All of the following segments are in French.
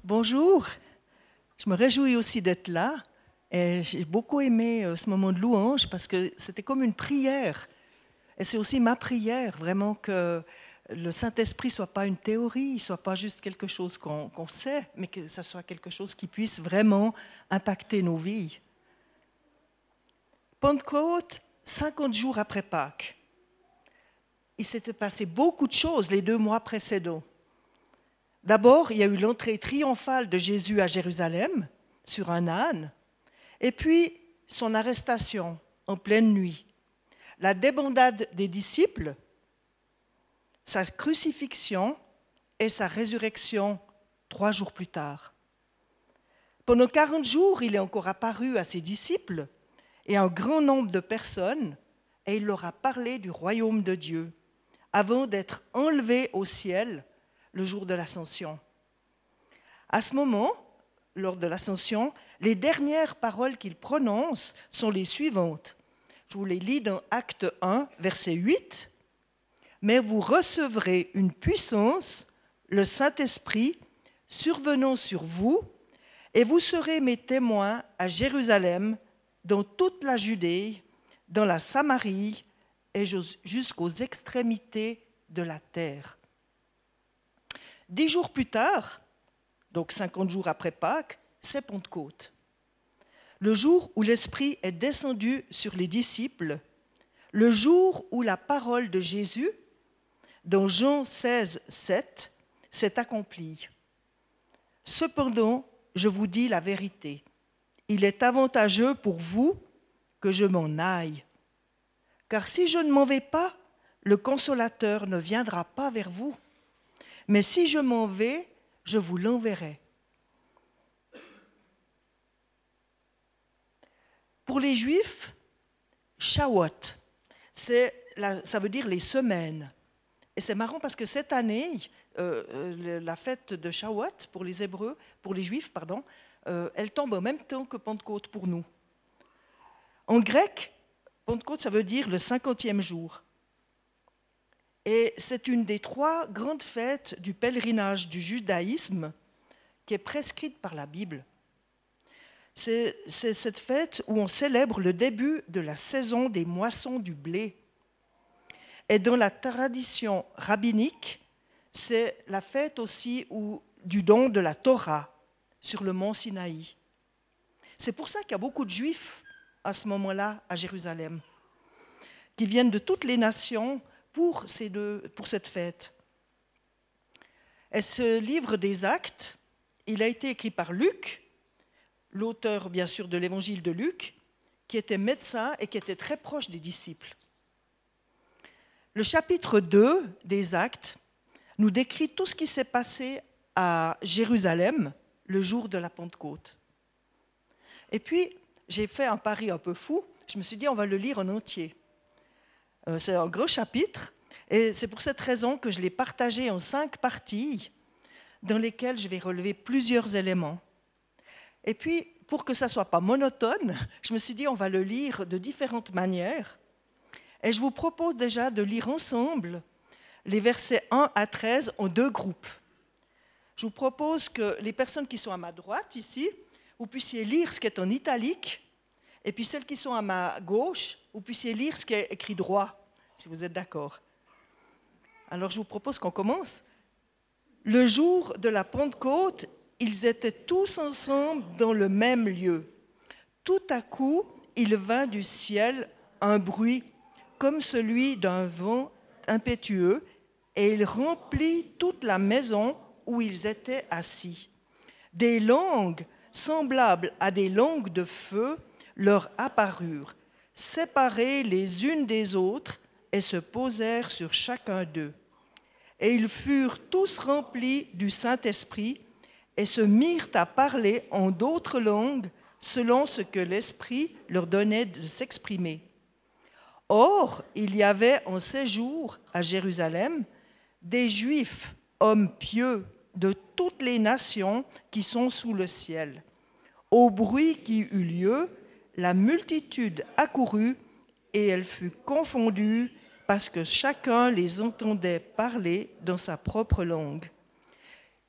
Bonjour, je me réjouis aussi d'être là et j'ai beaucoup aimé ce moment de louange parce que c'était comme une prière et c'est aussi ma prière vraiment que le Saint-Esprit ne soit pas une théorie, ne soit pas juste quelque chose qu'on sait, mais que ça soit quelque chose qui puisse vraiment impacter nos vies. Pentecôte, 50 jours après Pâques, il s'était passé beaucoup de choses les 2 mois précédents. D'abord, il y a eu l'entrée triomphale de Jésus à Jérusalem sur un âne, et puis son arrestation en pleine nuit, la débandade des disciples, sa crucifixion et sa résurrection 3 jours plus tard. Pendant 40 jours, il est encore apparu à ses disciples et à un grand nombre de personnes, et il leur a parlé du royaume de Dieu, avant d'être enlevé au ciel le jour de l'Ascension. À ce moment, lors de l'Ascension, les dernières paroles qu'il prononce sont les suivantes. Je vous les lis dans Acte 1, verset 8. « Mais vous recevrez une puissance, le Saint-Esprit, survenant sur vous, et vous serez mes témoins à Jérusalem, dans toute la Judée, dans la Samarie et jusqu'aux extrémités de la terre. » 10 jours plus tard, donc 50 jours après Pâques, c'est Pentecôte. Le jour où l'Esprit est descendu sur les disciples, le jour où la parole de Jésus, dans Jean 16, 7, s'est accomplie. « Cependant, je vous dis la vérité, il est avantageux pour vous que je m'en aille. Car si je ne m'en vais pas, le Consolateur ne viendra pas vers vous. Mais si je m'en vais, je vous l'enverrai. » Pour les Juifs, Shavuot, ça veut dire les semaines. Et c'est marrant parce que cette année, la fête de Shavuot pour les Hébreux, pour les Juifs, elle tombe en même temps que Pentecôte pour nous. En grec, Pentecôte, ça veut dire le 50e jour. Et c'est une des 3 grandes fêtes du pèlerinage du judaïsme qui est prescrite par la Bible. C'est cette fête où on célèbre le début de la saison des moissons du blé. Et dans la tradition rabbinique, c'est la fête aussi du don de la Torah sur le mont Sinaï. C'est pour ça qu'il y a beaucoup de Juifs à ce moment-là à Jérusalem, qui viennent de toutes les nations pour cette fête. Et ce livre des Actes, il a été écrit par Luc, l'auteur bien sûr de l'évangile de Luc, qui était médecin et qui était très proche des disciples. Le chapitre 2 des Actes nous décrit tout ce qui s'est passé à Jérusalem le jour de la Pentecôte. Et puis, j'ai fait un pari un peu fou, je me suis dit on va le lire en entier. C'est un gros chapitre, et c'est pour cette raison que je l'ai partagé en 5 parties, dans lesquelles je vais relever plusieurs éléments. Et puis, pour que ça ne soit pas monotone, je me suis dit on va le lire de différentes manières. Et je vous propose déjà de lire ensemble les versets 1 à 13 en 2 groupes. Je vous propose que les personnes qui sont à ma droite ici, vous puissiez lire ce qui est en italique, et puis celles qui sont à ma gauche, vous puissiez lire ce qui est écrit droit, si vous êtes d'accord. Alors je vous propose qu'on commence. Le jour de la Pentecôte, ils étaient tous ensemble dans le même lieu. Tout à coup, il vint du ciel un bruit comme celui d'un vent impétueux, et il remplit toute la maison où ils étaient assis. Des langues semblables à des langues de feu leur apparurent, séparées les unes des autres, et se posèrent sur chacun d'eux. Et ils furent tous remplis du Saint-Esprit et se mirent à parler en d'autres langues selon ce que l'Esprit leur donnait de s'exprimer. Or, il y avait en séjour à Jérusalem des Juifs, hommes pieux, de toutes les nations qui sont sous le ciel. Au bruit qui eut lieu, la multitude accourut et elle fut confondue parce que chacun les entendait parler dans sa propre langue.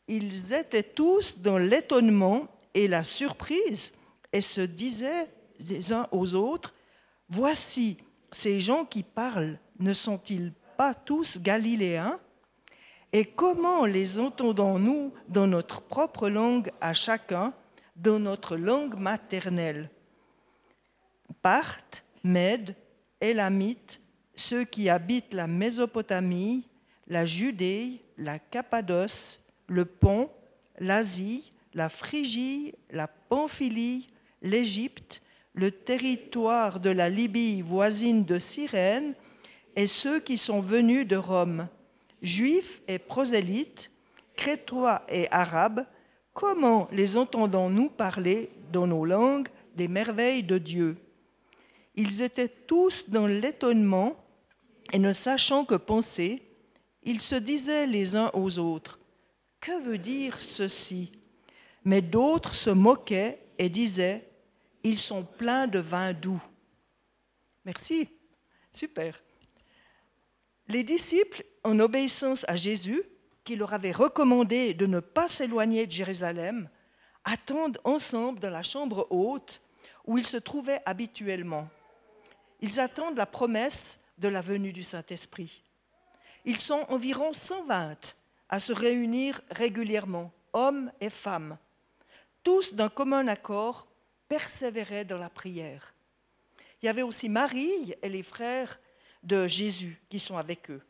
Ils étaient tous dans l'étonnement et la surprise et se disaient les uns aux autres, « Voici, ces gens qui parlent, ne sont-ils pas tous galiléens ? Et comment les entendons-nous dans notre propre langue à chacun, dans notre langue maternelle ? Parthes, Mèdes, Élamites, ceux qui habitent la Mésopotamie, la Judée, la Cappadoce, le Pont, l'Asie, la Phrygie, la Pamphylie, l'Égypte, le territoire de la Libye voisine de Cyrène, et ceux qui sont venus de Rome, Juifs et prosélytes, Crétois et Arabes, comment les entendons-nous parler dans nos langues des merveilles de Dieu ? Ils étaient tous dans l'étonnement et ne sachant que penser, ils se disaient les uns aux autres, « Que veut dire ceci ?» Mais d'autres se moquaient et disaient, « Ils sont pleins de vin doux. » Merci, super. Les disciples, en obéissance à Jésus, qui leur avait recommandé de ne pas s'éloigner de Jérusalem, attendent ensemble dans la chambre haute où ils se trouvaient habituellement. Ils attendent la promesse de la venue du Saint-Esprit. Ils sont environ 120 à se réunir régulièrement, hommes et femmes. Tous d'un commun accord persévéraient dans la prière. Il y avait aussi Marie et les frères de Jésus qui sont avec eux.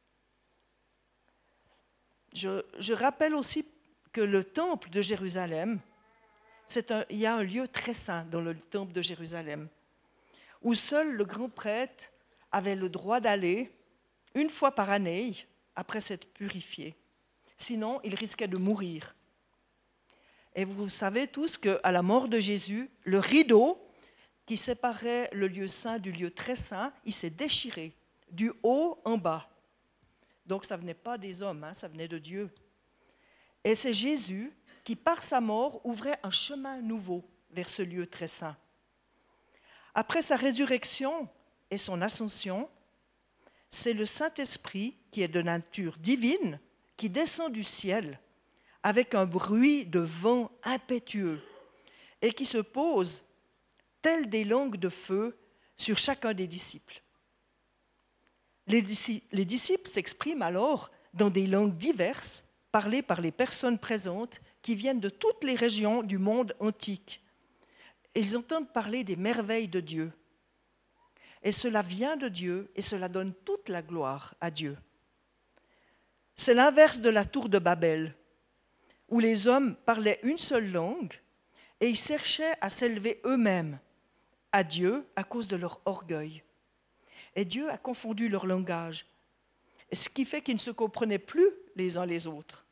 Je rappelle aussi que le temple de Jérusalem, il y a un lieu très saint dans le temple de Jérusalem, où seul le grand prêtre avait le droit d'aller une fois par année après s'être purifié. Sinon, il risquait de mourir. Et vous savez tous qu'à la mort de Jésus, le rideau qui séparait le lieu saint du lieu très saint, il s'est déchiré du haut en bas. Donc ça ne venait pas des hommes, ça venait de Dieu. Et c'est Jésus qui, par sa mort, ouvrait un chemin nouveau vers ce lieu très saint. Après sa résurrection et son ascension, c'est le Saint-Esprit qui est de nature divine, qui descend du ciel avec un bruit de vent impétueux et qui se pose, tel des langues de feu, sur chacun des disciples. Les disciples s'expriment alors dans des langues diverses, parlées par les personnes présentes qui viennent de toutes les régions du monde antique. Ils entendent parler des merveilles de Dieu. Et cela vient de Dieu et cela donne toute la gloire à Dieu. C'est l'inverse de la tour de Babel, où les hommes parlaient une seule langue et ils cherchaient à s'élever eux-mêmes à Dieu à cause de leur orgueil. Et Dieu a confondu leur langage, ce qui fait qu'ils ne se comprenaient plus les uns les autres.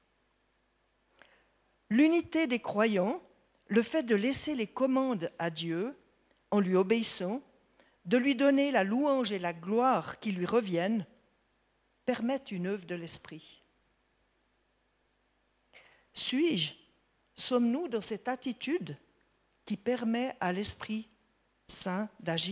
L'unité des croyants, le fait de laisser les commandes à Dieu en lui obéissant, de lui donner la louange et la gloire qui lui reviennent, permettent une œuvre de l'Esprit. Sommes-nous dans cette attitude qui permet à l'Esprit Saint d'agir ?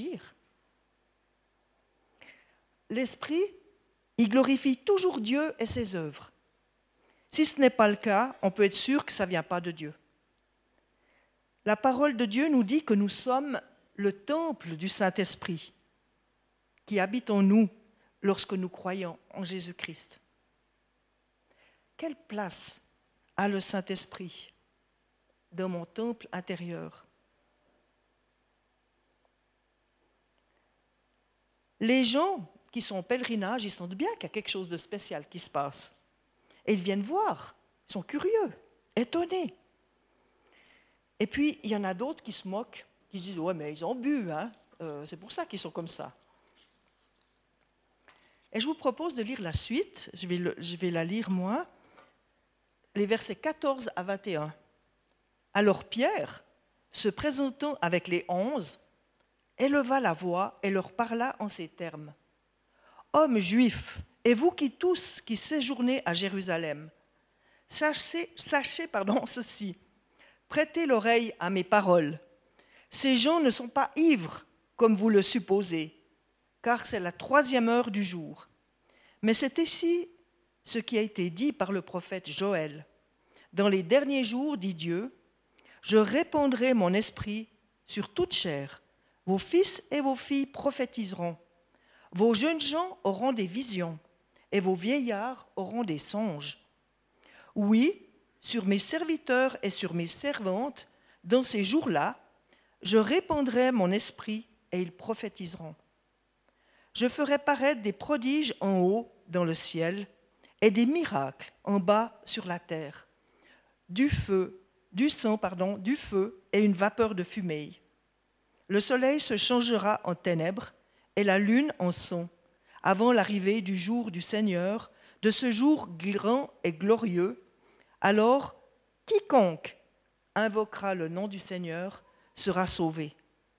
L'Esprit, il glorifie toujours Dieu et ses œuvres. Si ce n'est pas le cas, on peut être sûr que ça ne vient pas de Dieu. La parole de Dieu nous dit que nous sommes le temple du Saint-Esprit qui habite en nous lorsque nous croyons en Jésus-Christ. Quelle place a le Saint-Esprit dans mon temple intérieur ? Les gens qui sont en pèlerinage, ils sentent bien qu'il y a quelque chose de spécial qui se passe. Et ils viennent voir, ils sont curieux, étonnés. Et puis, il y en a d'autres qui se moquent, qui disent « Ouais, mais ils ont bu, c'est pour ça qu'ils sont comme ça. » Et je vous propose de lire la suite, je vais la lire moi, les versets 14 à 21. Alors Pierre, se présentant avec les 11, éleva la voix et leur parla en ces termes. « Hommes juifs, et vous tous qui séjournez à Jérusalem, sachez ceci, prêtez l'oreille à mes paroles. Ces gens ne sont pas ivres, comme vous le supposez, car c'est la 3e heure du jour. Mais c'est ici ce qui a été dit par le prophète Joël. Dans les derniers jours, dit Dieu, je répandrai mon esprit sur toute chair. Vos fils et vos filles prophétiseront. Vos jeunes gens auront des visions et vos vieillards auront des songes. Oui, sur mes serviteurs et sur mes servantes, dans ces jours-là, je répandrai mon esprit et ils prophétiseront. Je ferai paraître des prodiges en haut dans le ciel et des miracles en bas sur la terre, du sang, du feu et une vapeur de fumée. Le soleil se changera en ténèbres et la lune en sang, avant l'arrivée du jour du Seigneur, de ce jour grand et glorieux. Alors, quiconque invoquera le nom du Seigneur sera sauvé.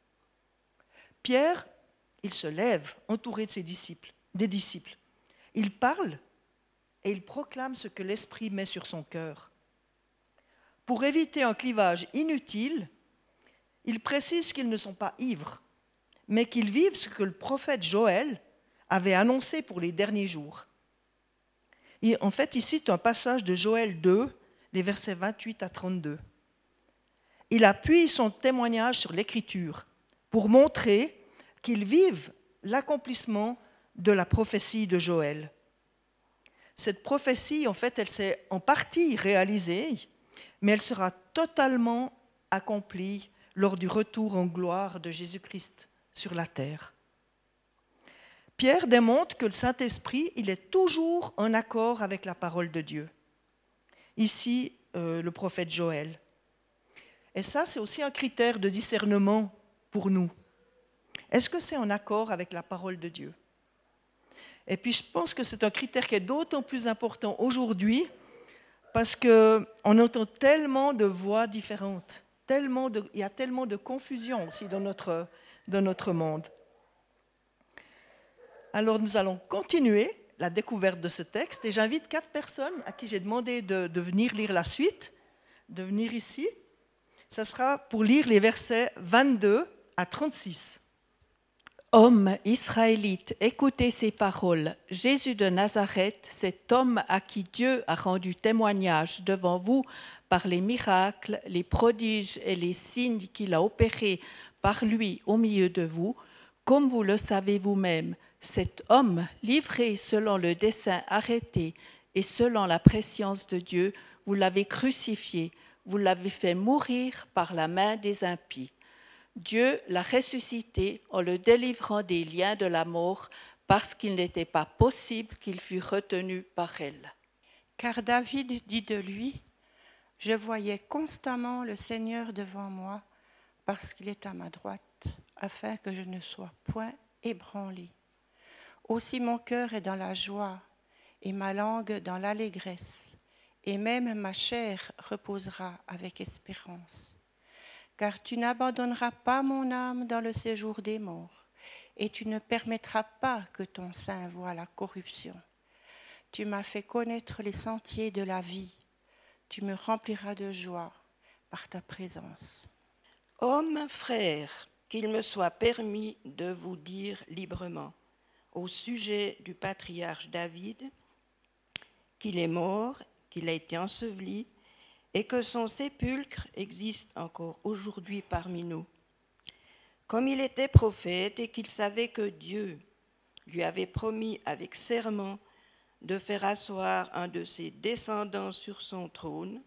Pierre, il se lève, entouré de des disciples. Il parle et il proclame ce que l'Esprit met sur son cœur. Pour éviter un clivage inutile, il précise qu'ils ne sont pas ivres, mais qu'ils vivent ce que le prophète Joël avait annoncé pour les derniers jours. Et en fait, il cite un passage de Joël 2, les versets 28 à 32. Il appuie son témoignage sur l'Écriture pour montrer qu'ils vivent l'accomplissement de la prophétie de Joël. Cette prophétie, en fait, elle s'est en partie réalisée, mais elle sera totalement accomplie lors du retour en gloire de Jésus-Christ sur la terre. Pierre démontre que le Saint-Esprit, il est toujours en accord avec la parole de Dieu. Ici, le prophète Joël. Et ça, c'est aussi un critère de discernement pour nous. Est-ce que c'est en accord avec la parole de Dieu ? Et puis, je pense que c'est un critère qui est d'autant plus important aujourd'hui parce qu'on entend tellement de voix différentes, il y a tellement de confusion aussi dans notre monde. Alors, nous allons continuer la découverte de ce texte et j'invite 4 personnes à qui j'ai demandé de venir lire la suite, de venir ici. Ça sera pour lire les versets 22 à 36. Hommes israélites, écoutez ces paroles. Jésus de Nazareth, cet homme à qui Dieu a rendu témoignage devant vous par les miracles, les prodiges et les signes qu'il a opérés par lui au milieu de vous, comme vous le savez vous-même, cet homme, livré selon le dessein arrêté et selon la prescience de Dieu, vous l'avez crucifié, vous l'avez fait mourir par la main des impies. Dieu l'a ressuscité en le délivrant des liens de la mort parce qu'il n'était pas possible qu'il fût retenu par elle. Car David dit de lui, « Je voyais constamment le Seigneur devant moi parce qu'il est à ma droite, afin que je ne sois point ébranlé. Aussi mon cœur est dans la joie et ma langue dans l'allégresse, et même ma chair reposera avec espérance. Car tu n'abandonneras pas mon âme dans le séjour des morts, et tu ne permettras pas que ton sein voie la corruption. Tu m'as fait connaître les sentiers de la vie, tu me rempliras de joie par ta présence. » Hommes, frères, qu'il me soit permis de vous dire librement au sujet du patriarche David qu'il est mort, qu'il a été enseveli et que son sépulcre existe encore aujourd'hui parmi nous. Comme il était prophète et qu'il savait que Dieu lui avait promis avec serment de faire asseoir un de ses descendants sur son trône,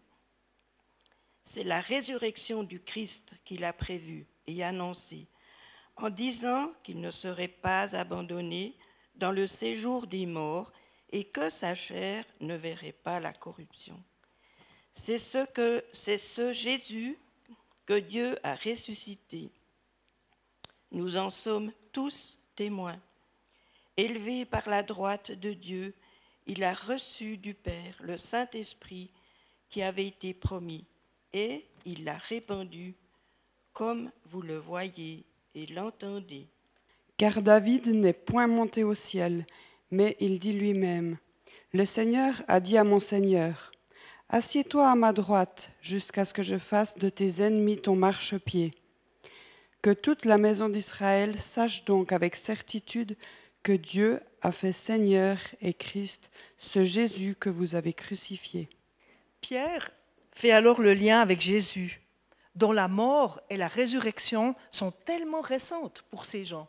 c'est la résurrection du Christ qu'il a prévue et annoncée, en disant qu'il ne serait pas abandonné dans le séjour des morts et que sa chair ne verrait pas la corruption. C'est ce Jésus que Dieu a ressuscité. Nous en sommes tous témoins. Élevé par la droite de Dieu, il a reçu du Père le Saint-Esprit qui avait été promis, et il l'a répandu comme vous le voyez et l'entendez. Car David n'est point monté au ciel, mais il dit lui-même, « Le Seigneur a dit à mon Seigneur, assieds-toi à ma droite jusqu'à ce que je fasse de tes ennemis ton marchepied. » Que toute la maison d'Israël sache donc avec certitude que Dieu a fait Seigneur et Christ, ce Jésus que vous avez crucifié. Pierre fait alors le lien avec Jésus, dont la mort et la résurrection sont tellement récentes pour ces gens.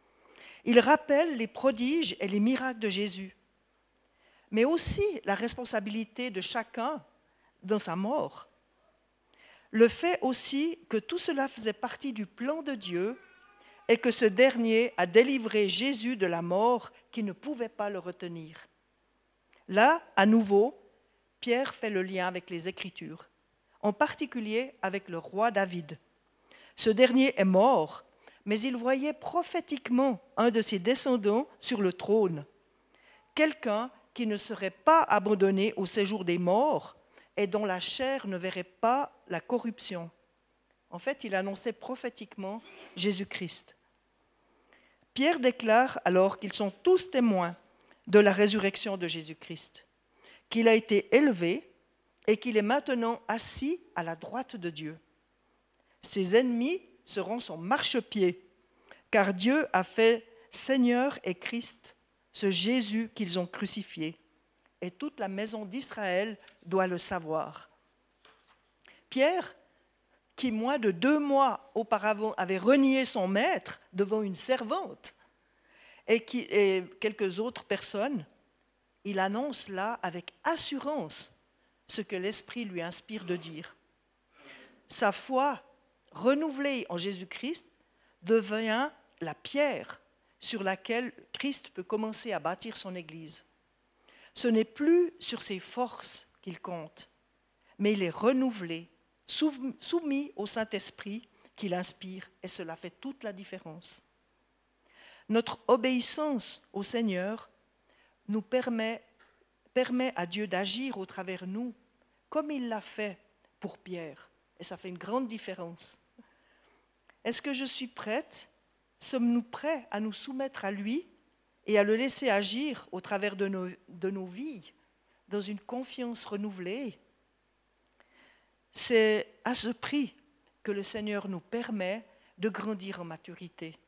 Il rappelle les prodiges et les miracles de Jésus, mais aussi la responsabilité de chacun dans sa mort. Le fait aussi que tout cela faisait partie du plan de Dieu et que ce dernier a délivré Jésus de la mort qui ne pouvait pas le retenir. Là, à nouveau, Pierre fait le lien avec les Écritures, en particulier avec le roi David. Ce dernier est mort, mais il voyait prophétiquement un de ses descendants sur le trône, quelqu'un qui ne serait pas abandonné au séjour des morts et dont la chair ne verrait pas la corruption. En fait, il annonçait prophétiquement Jésus-Christ. Pierre déclare alors qu'ils sont tous témoins de la résurrection de Jésus-Christ, qu'il a été élevé et qu'il est maintenant assis à la droite de Dieu. Ses ennemis seront son marchepied, car Dieu a fait Seigneur et Christ ce Jésus qu'ils ont crucifié, et toute la maison d'Israël doit le savoir. Pierre, qui moins de 2 mois auparavant avait renié son maître devant une servante, et quelques autres personnes, il annonce là avec assurance ce que l'Esprit lui inspire de dire. Sa foi renouvelée en Jésus-Christ devient la pierre sur laquelle Christ peut commencer à bâtir son Église. Ce n'est plus sur ses forces qu'il compte, mais il est renouvelé, soumis au Saint-Esprit qui l'inspire, et cela fait toute la différence. Notre obéissance au Seigneur nous permet à Dieu d'agir au travers de nous, comme il l'a fait pour Pierre. Et ça fait une grande différence. Est-ce que je suis prête? Sommes-nous prêts à nous soumettre à lui et à le laisser agir au travers de nos vies, dans une confiance renouvelée? C'est à ce prix que le Seigneur nous permet de grandir en maturité.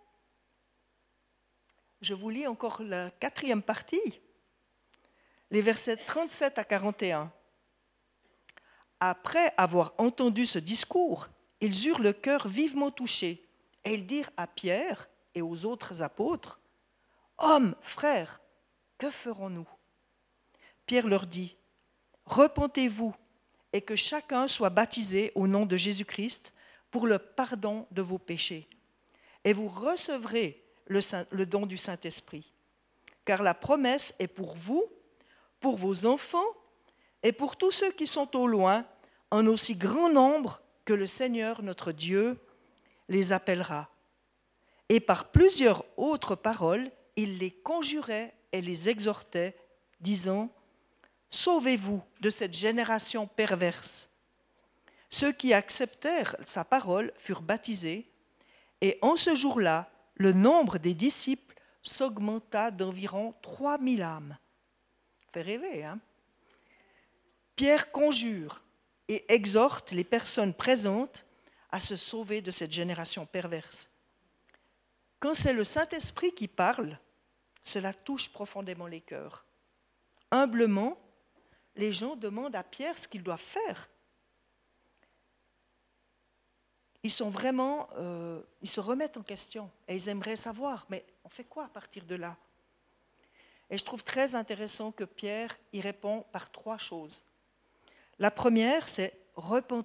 Je vous lis encore la 4e partie, les versets 37 à 41. Après avoir entendu ce discours, ils eurent le cœur vivement touché, et ils dirent à Pierre et aux autres apôtres, « Hommes, frères, que ferons-nous » Pierre leur dit, « Repentez-vous et que chacun soit baptisé au nom de Jésus-Christ pour le pardon de vos péchés, et vous recevrez le don du Saint-Esprit. Car la promesse est pour vous, pour vos enfants et pour tous ceux qui sont au loin, en aussi grand nombre que le Seigneur notre Dieu les appellera. » Et par plusieurs autres paroles, il les conjurait et les exhortait, disant, « Sauvez-vous de cette génération perverse. » Ceux qui acceptèrent sa parole furent baptisés, et en ce jour-là, le nombre des disciples s'augmenta d'environ 3000 âmes. Ça fait rêver, hein? Pierre conjure et exhorte les personnes présentes à se sauver de cette génération perverse. Quand c'est le Saint-Esprit qui parle, cela touche profondément les cœurs. Humblement, les gens demandent à Pierre ce qu'ils doivent faire. Ils se remettent en question et ils aimeraient savoir, mais on fait quoi à partir de là? Et je trouve très intéressant que Pierre y répond par 3 choses. La première, c'est « repentez-vous ».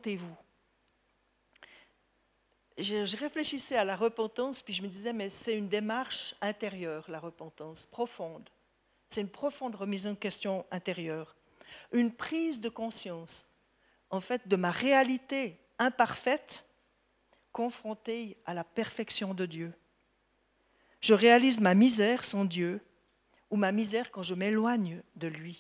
Je réfléchissais à la repentance, puis je me disais, mais c'est une démarche intérieure, la repentance, profonde. C'est une profonde remise en question intérieure. Une prise de conscience, en fait, de ma réalité imparfaite, confrontée à la perfection de Dieu. Je réalise ma misère sans Dieu, ou ma misère quand je m'éloigne de lui.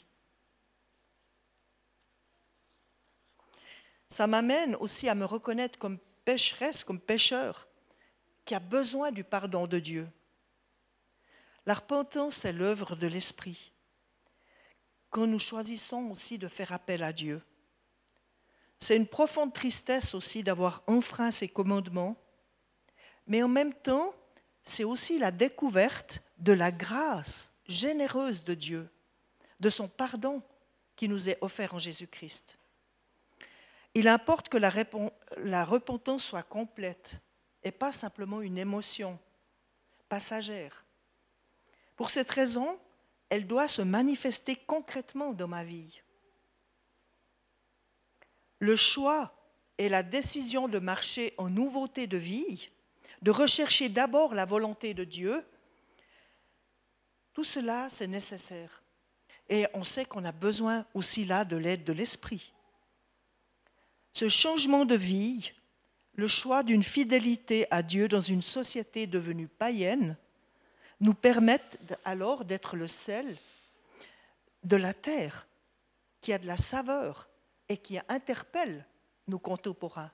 Ça m'amène aussi à me reconnaître comme pécheresse, comme pécheur, qui a besoin du pardon de Dieu. La repentance, c'est l'œuvre de l'Esprit. Quand nous choisissons aussi de faire appel à Dieu. C'est une profonde tristesse aussi d'avoir enfreint ses commandements, mais en même temps, c'est aussi la découverte de la grâce généreuse de Dieu, de son pardon qui nous est offert en Jésus-Christ. Il importe que la repentance soit complète et pas simplement une émotion passagère. Pour cette raison, elle doit se manifester concrètement dans ma vie. Le choix et la décision de marcher en nouveauté de vie, de rechercher d'abord la volonté de Dieu, tout cela, c'est nécessaire. Et on sait qu'on a besoin aussi là de l'aide de l'Esprit. Ce changement de vie, le choix d'une fidélité à Dieu dans une société devenue païenne, nous permettent alors d'être le sel de la terre, qui a de la saveur et qui interpelle nos contemporains.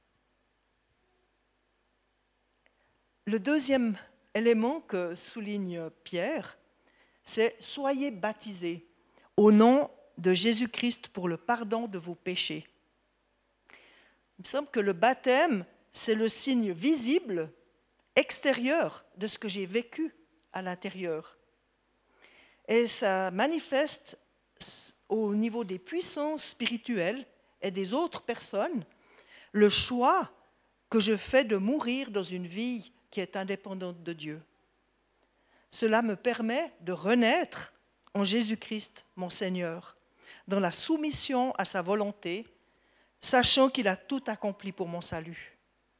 Le deuxième élément que souligne Pierre, c'est « Soyez baptisés au nom de Jésus-Christ pour le pardon de vos péchés ». Il me semble que le baptême, c'est le signe visible, extérieur de ce que j'ai vécu à l'intérieur. Et ça manifeste au niveau des puissances spirituelles et des autres personnes le choix que je fais de mourir dans une vie qui est indépendante de Dieu. Cela me permet de renaître en Jésus-Christ, mon Seigneur, dans la soumission à sa volonté, sachant qu'il a tout accompli pour mon salut.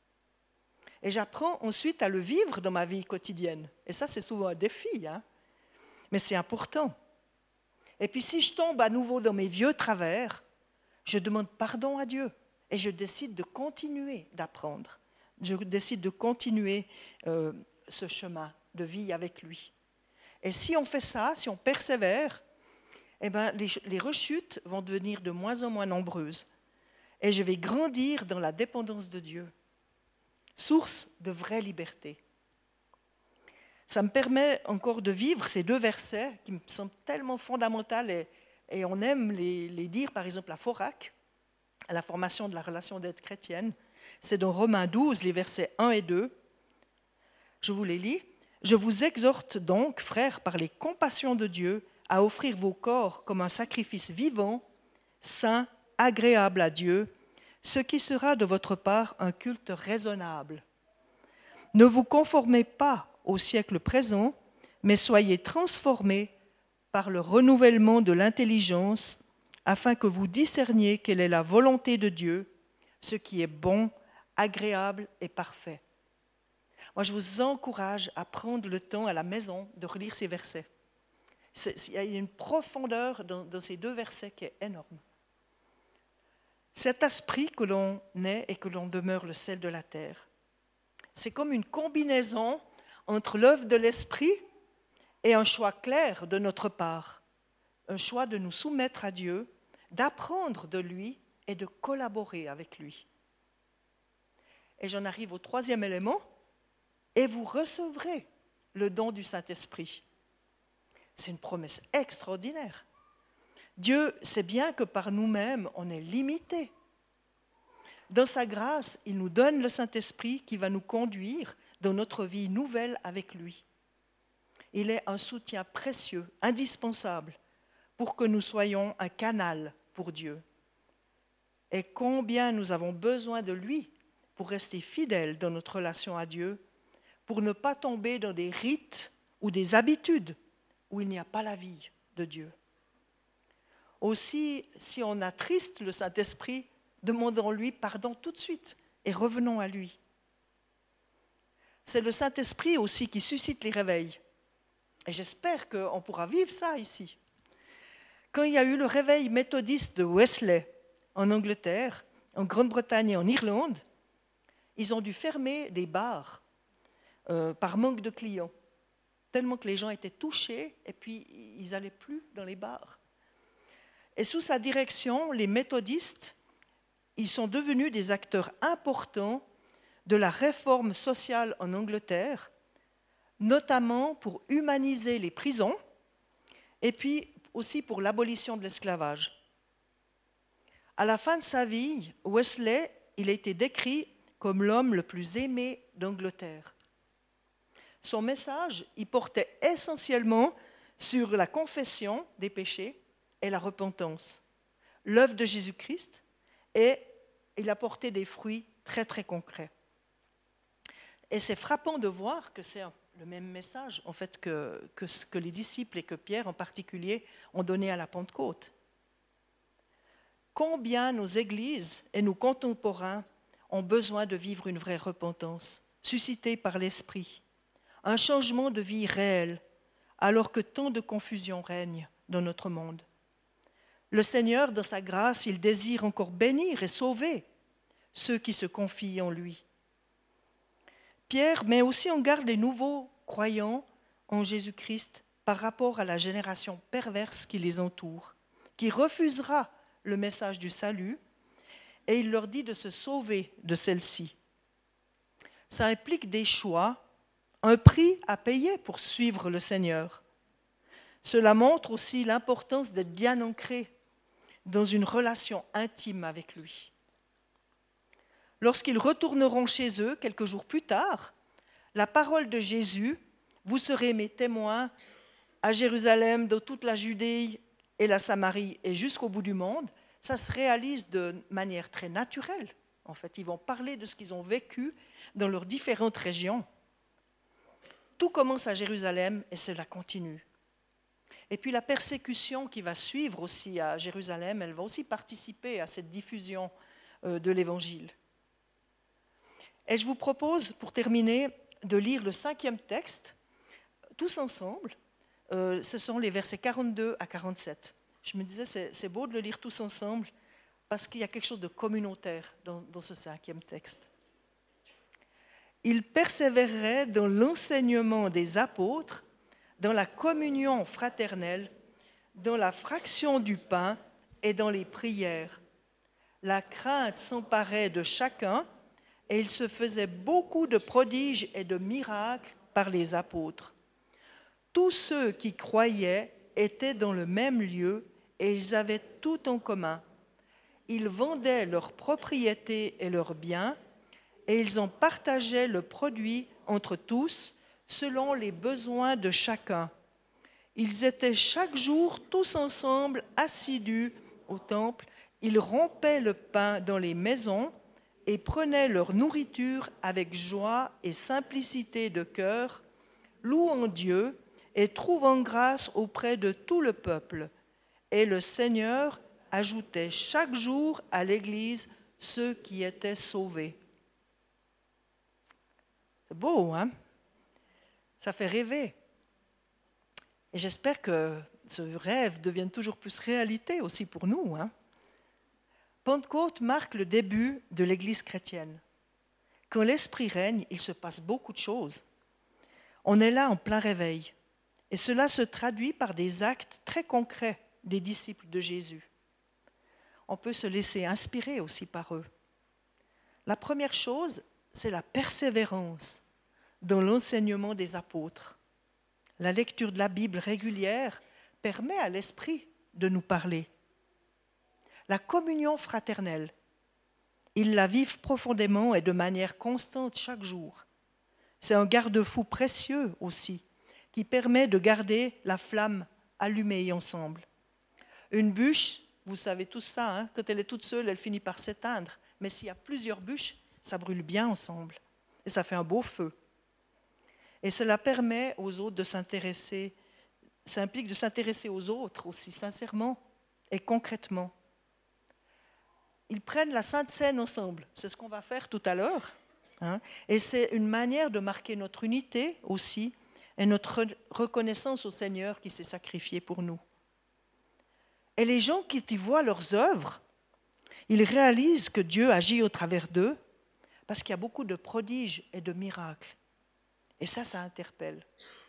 Et j'apprends ensuite à le vivre dans ma vie quotidienne. Et ça, c'est souvent un défi, mais c'est important. Et puis si je tombe à nouveau dans mes vieux travers, je demande pardon à Dieu et je décide de continuer d'apprendre. Je décide de continuer ce chemin de vie avec lui. Et si on fait ça, si on persévère, eh ben, les rechutes vont devenir de moins en moins nombreuses. Et je vais grandir dans la dépendance de Dieu, source de vraie liberté. Ça me permet encore de vivre ces deux versets qui me semblent tellement fondamentaux et on aime les dire, par exemple, à Forac, à la formation de la relation d'aide chrétienne. C'est dans Romains 12, les versets 1 et 2. Je vous les lis. « Je vous exhorte donc, frères, par les compassions de Dieu, à offrir vos corps comme un sacrifice vivant, saint, agréable à Dieu, ce qui sera de votre part un culte raisonnable. Ne vous conformez pas au siècle présent, mais soyez transformés par le renouvellement de l'intelligence, afin que vous discerniez quelle est la volonté de Dieu, ce qui est bon, agréable et parfait. » Moi, je vous encourage à prendre le temps à la maison de relire ces versets. Il y a une profondeur dans ces deux versets qui est énorme. Cet esprit que l'on est et que l'on demeure le sel de la terre, c'est comme une combinaison entre l'œuvre de l'esprit et un choix clair de notre part, un choix de nous soumettre à Dieu, d'apprendre de lui et de collaborer avec lui. Et j'en arrive au troisième élément, et vous recevrez le don du Saint-Esprit. C'est une promesse extraordinaire. Dieu sait bien que par nous-mêmes, on est limité. Dans sa grâce, il nous donne le Saint-Esprit qui va nous conduire dans notre vie nouvelle avec lui. Il est un soutien précieux, indispensable, pour que nous soyons un canal pour Dieu. Et combien nous avons besoin de lui pour rester fidèles dans notre relation à Dieu, pour ne pas tomber dans des rites ou des habitudes où il n'y a pas la vie de Dieu. Aussi, si on attriste le Saint-Esprit, demandons-lui pardon tout de suite et revenons à lui. C'est le Saint-Esprit aussi qui suscite les réveils. Et j'espère qu'on pourra vivre ça ici. Quand il y a eu le réveil méthodiste de Wesley en Angleterre, en Grande-Bretagne et en Irlande, ils ont dû fermer des bars par manque de clients, tellement que les gens étaient touchés et puis ils n'allaient plus dans les bars. Et sous sa direction, les méthodistes, ils sont devenus des acteurs importants de la réforme sociale en Angleterre, notamment pour humaniser les prisons et puis aussi pour l'abolition de l'esclavage. À la fin de sa vie, Wesley, il a été décrit comme l'homme le plus aimé d'Angleterre. Son message, il portait essentiellement sur la confession des péchés et la repentance, l'œuvre de Jésus-Christ et il a porté des fruits très très concrets. Et c'est frappant de voir que c'est le même message en fait, que ce que les disciples et que Pierre en particulier ont donné à la Pentecôte. Combien nos églises et nos contemporains ont besoin de vivre une vraie repentance, suscitée par l'Esprit, un changement de vie réel, alors que tant de confusion règne dans notre monde. Le Seigneur, dans sa grâce, il désire encore bénir et sauver ceux qui se confient en lui. Pierre met aussi en garde les nouveaux croyants en Jésus-Christ par rapport à la génération perverse qui les entoure, qui refusera le message du salut, et il leur dit de se sauver de celle-ci. Ça implique des choix, un prix à payer pour suivre le Seigneur. Cela montre aussi l'importance d'être bien ancré dans une relation intime avec lui. Lorsqu'ils retourneront chez eux, quelques jours plus tard, la parole de Jésus, vous serez mes témoins à Jérusalem, dans toute la Judée et la Samarie et jusqu'au bout du monde, ça se réalise de manière très naturelle. En fait, ils vont parler de ce qu'ils ont vécu dans leurs différentes régions. Tout commence à Jérusalem et cela continue. Et puis la persécution qui va suivre aussi à Jérusalem, elle va aussi participer à cette diffusion de l'Évangile. Et je vous propose, pour terminer, de lire le 5e texte, tous ensemble. Ce sont les versets 42 à 47. Je me disais, c'est beau de le lire tous ensemble, parce qu'il y a quelque chose de communautaire dans ce 5e texte. Il persévérait dans l'enseignement des apôtres, dans la communion fraternelle, dans la fraction du pain et dans les prières. La crainte s'emparait de chacun et il se faisait beaucoup de prodiges et de miracles par les apôtres. Tous ceux qui croyaient étaient dans le même lieu et ils avaient tout en commun. Ils vendaient leurs propriétés et leurs biens et ils en partageaient le produit entre tous selon les besoins de chacun. Ils étaient chaque jour tous ensemble assidus au temple. Ils rompaient le pain dans les maisons et prenaient leur nourriture avec joie et simplicité de cœur, louant Dieu et trouvant grâce auprès de tout le peuple. Et le Seigneur ajoutait chaque jour à l'Église ceux qui étaient sauvés. C'est beau, hein? Ça fait rêver. Et j'espère que ce rêve devienne toujours plus réalité aussi pour nous, hein? Pentecôte marque le début de l'Église chrétienne. Quand l'Esprit règne, il se passe beaucoup de choses. On est là en plein réveil. Et cela se traduit par des actes très concrets des disciples de Jésus. On peut se laisser inspirer aussi par eux. La première chose, c'est la persévérance dans l'enseignement des apôtres. La lecture de la Bible régulière permet à l'Esprit de nous parler. La communion fraternelle, ils la vivent profondément et de manière constante chaque jour. C'est un garde-fou précieux aussi, qui permet de garder la flamme allumée ensemble. Une bûche, vous savez tout ça, hein, quand elle est toute seule, elle finit par s'éteindre. Mais s'il y a plusieurs bûches, ça brûle bien ensemble. Et ça fait un beau feu. Et cela permet aux autres de s'intéresser, ça implique de s'intéresser aux autres aussi, sincèrement et concrètement. Ils prennent la Sainte Seine ensemble, c'est ce qu'on va faire tout à l'heure. Hein, et c'est une manière de marquer notre unité aussi et notre reconnaissance au Seigneur qui s'est sacrifié pour nous. Et les gens qui y voient leurs œuvres, ils réalisent que Dieu agit au travers d'eux parce qu'il y a beaucoup de prodiges et de miracles. Et ça interpelle.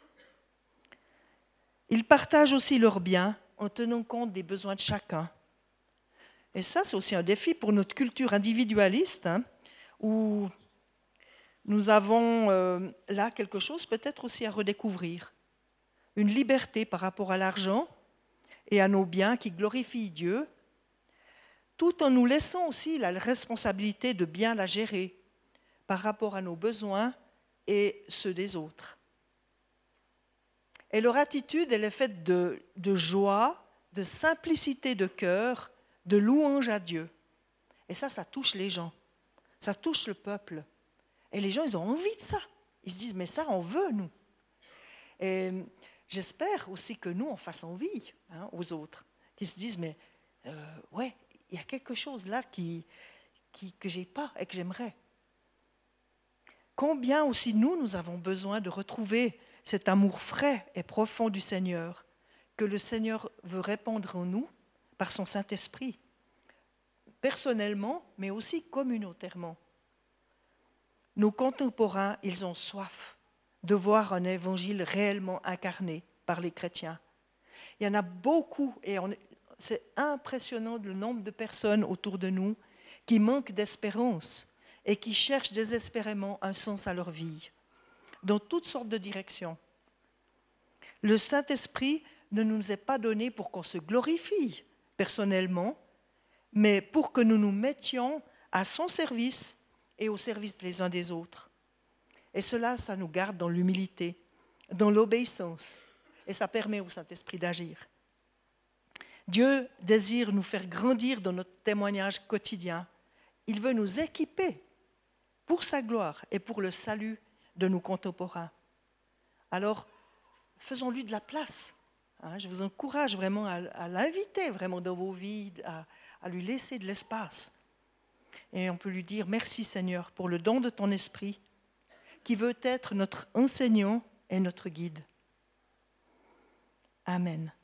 Ils partagent aussi leurs biens en tenant compte des besoins de chacun. Et ça, c'est aussi un défi pour notre culture individualiste, hein, où nous avons là quelque chose peut-être aussi à redécouvrir. Une liberté par rapport à l'argent et à nos biens qui glorifient Dieu, tout en nous laissant aussi la responsabilité de bien la gérer par rapport à nos besoins et ceux des autres. Et leur attitude, elle est faite de joie, de simplicité de cœur, de louange à Dieu. Et ça touche les gens. Ça touche le peuple. Et les gens, ils ont envie de ça. Ils se disent, mais ça, on veut, nous. Et j'espère aussi que nous, on fasse envie aux autres. Qui se disent, mais ouais, il y a quelque chose là que je n'ai pas et que j'aimerais. Combien aussi nous avons besoin de retrouver cet amour frais et profond du Seigneur, que le Seigneur veut répandre en nous par son Saint-Esprit, personnellement, mais aussi communautairement. Nos contemporains, ils ont soif de voir un évangile réellement incarné par les chrétiens. Il y en a beaucoup, et c'est impressionnant le nombre de personnes autour de nous qui manquent d'espérance et qui cherchent désespérément un sens à leur vie, dans toutes sortes de directions. Le Saint-Esprit ne nous est pas donné pour qu'on se glorifie personnellement, mais pour que nous nous mettions à son service et au service les uns des autres. Et cela, ça nous garde dans l'humilité, dans l'obéissance, et ça permet au Saint-Esprit d'agir. Dieu désire nous faire grandir dans notre témoignage quotidien. Il veut nous équiper pour sa gloire et pour le salut de nos contemporains. Alors, faisons-lui de la place. Je vous encourage vraiment à l'inviter vraiment dans vos vies, à lui laisser de l'espace. Et on peut lui dire merci Seigneur pour le don de ton esprit qui veut être notre enseignant et notre guide. Amen.